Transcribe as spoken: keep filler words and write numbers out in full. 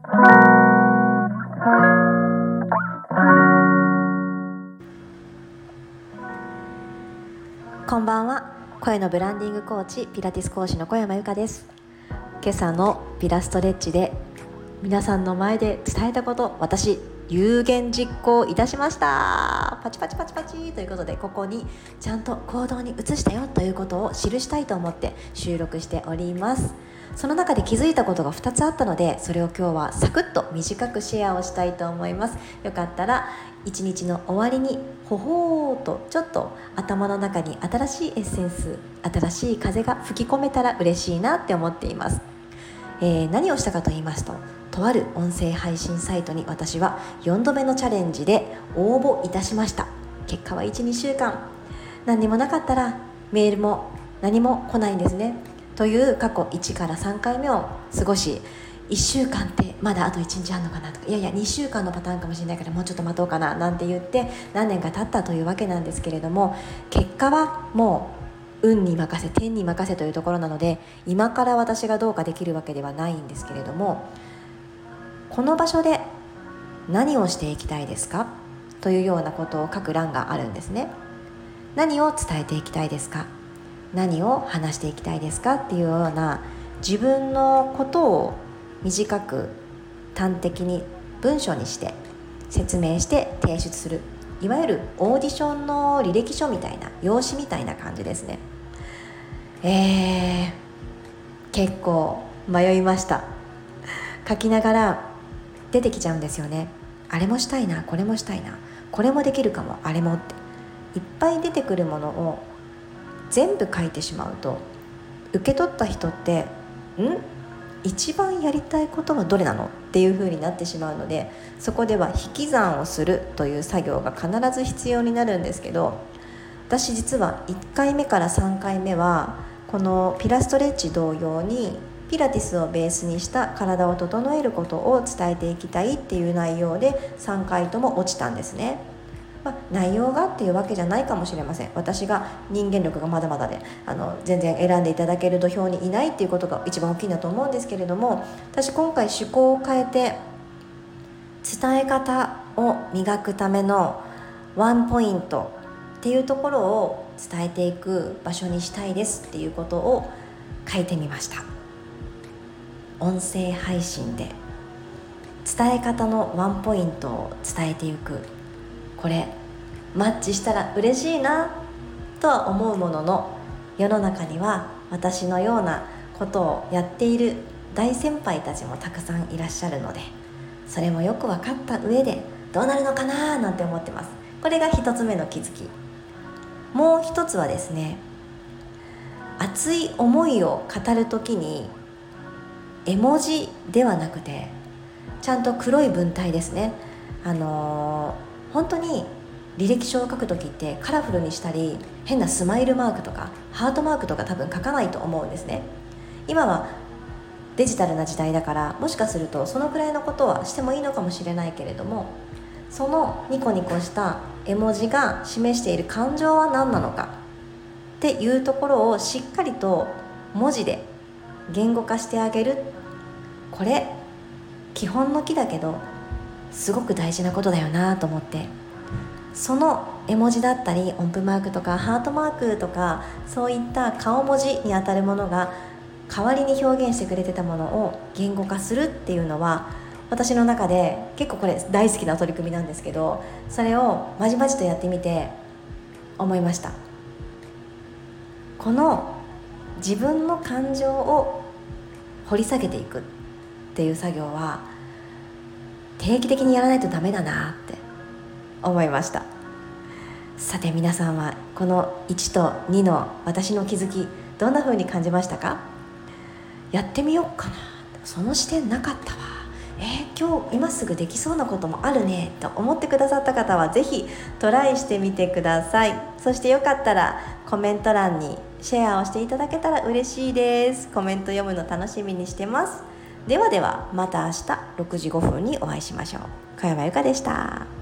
こんばんは。声のブランディングコーチ、ピラティス講師の小山由佳です。今朝のピラストレッチで皆さんの前で伝えたこと、私有言実行いたしました。パチパチパチパチということで、ここにちゃんと行動に移したよということを記したいと思って収録しております。その中で気づいたことがふたつあったので、それを今日はサクッと短くシェアをしたいと思います。よかったら一日の終わりにほほーとちょっと頭の中に新しいエッセンス、新しい風が吹き込めたら嬉しいなって思っています。えー、何をしたかと言いますと、とある音声配信サイトに私はよんどめのチャレンジで応募いたしました。結果はいち、にしゅうかん、何にもなかったらメールも何も来ないんですね。という過去いちからさんかいめを過ごし、いっしゅうかんってまだあといちにちあるのかなとか、いやいやにしゅうかんのパターンかもしれないからもうちょっと待とうかななんて言って何年か経ったというわけなんですけれども、結果はもう運に任せ天に任せというところなので、今から私がどうかできるわけではないんですけれども、この場所で何をしていきたいですかというようなことを書く欄があるんですね。何を伝えていきたいですか、何を話していきたいですかっていうような自分のことを短く端的に文章にして説明して提出する、いわゆるオーディションの履歴書みたいな、用紙みたいな感じですね。えー、結構迷いました。書きながら出てきちゃうんですよね。あれもしたいな、これもしたいな、これもできるかも、あれもっていっぱい出てくるものを全部書いてしまうと、受け取った人ってん一番やりたいことはどれなのっていう風になってしまうので、そこでは引き算をするという作業が必ず必要になるんですけど、私実はいっかいめからさんかいめはこのピラストレッチ同様にピラティスをベースにした体を整えることを伝えていきたいっていう内容でさんかいとも落ちたんですね。まあ、内容がっていうわけじゃないかもしれません。私が人間力がまだまだであの全然選んでいただける土俵にいないっていうことが一番大きいんだと思うんですけれども、私今回趣向を変えて伝え方を磨くためのワンポイントっていうところを伝えていく場所にしたいですっていうことを書いてみました。音声配信で伝え方のワンポイントを伝えていく、これマッチしたら嬉しいなとは思うものの、世の中には私のようなことをやっている大先輩たちもたくさんいらっしゃるので、それもよく分かった上でどうなるのかななんて思ってます。これが一つ目の気づき。もう一つはですね、熱い思いを語るときに絵文字ではなくてちゃんと黒い文体ですね。あのー本当に履歴書を書くときってカラフルにしたり変なスマイルマークとかハートマークとか多分書かないと思うんですね。今はデジタルな時代だから、もしかするとそのくらいのことはしてもいいのかもしれないけれども、そのニコニコした絵文字が示している感情は何なのかっていうところをしっかりと文字で言語化してあげる。これ基本の木だけどすごく大事なことだよなと思って、その絵文字だったり音符マークとかハートマークとか、そういった顔文字にあたるものが代わりに表現してくれてたものを言語化するっていうのは、私の中で結構これ大好きな取り組みなんですけど、それをまじまじとやってみて思いました。この自分の感情を掘り下げていくっていう作業は定期的にやらないとダメだなって思いました。さて皆さんはこのいちとにの私の気づき、どんな風に感じましたか？やってみようかな、その視点なかったわ、えー、今日今すぐできそうなこともあるねと思ってくださった方はぜひトライしてみてください。そしてよかったらコメント欄にシェアをしていただけたら嬉しいです。コメント読むの楽しみにしてます。ではではまた明日ろくじごふんにお会いしましょう。小山由佳でした。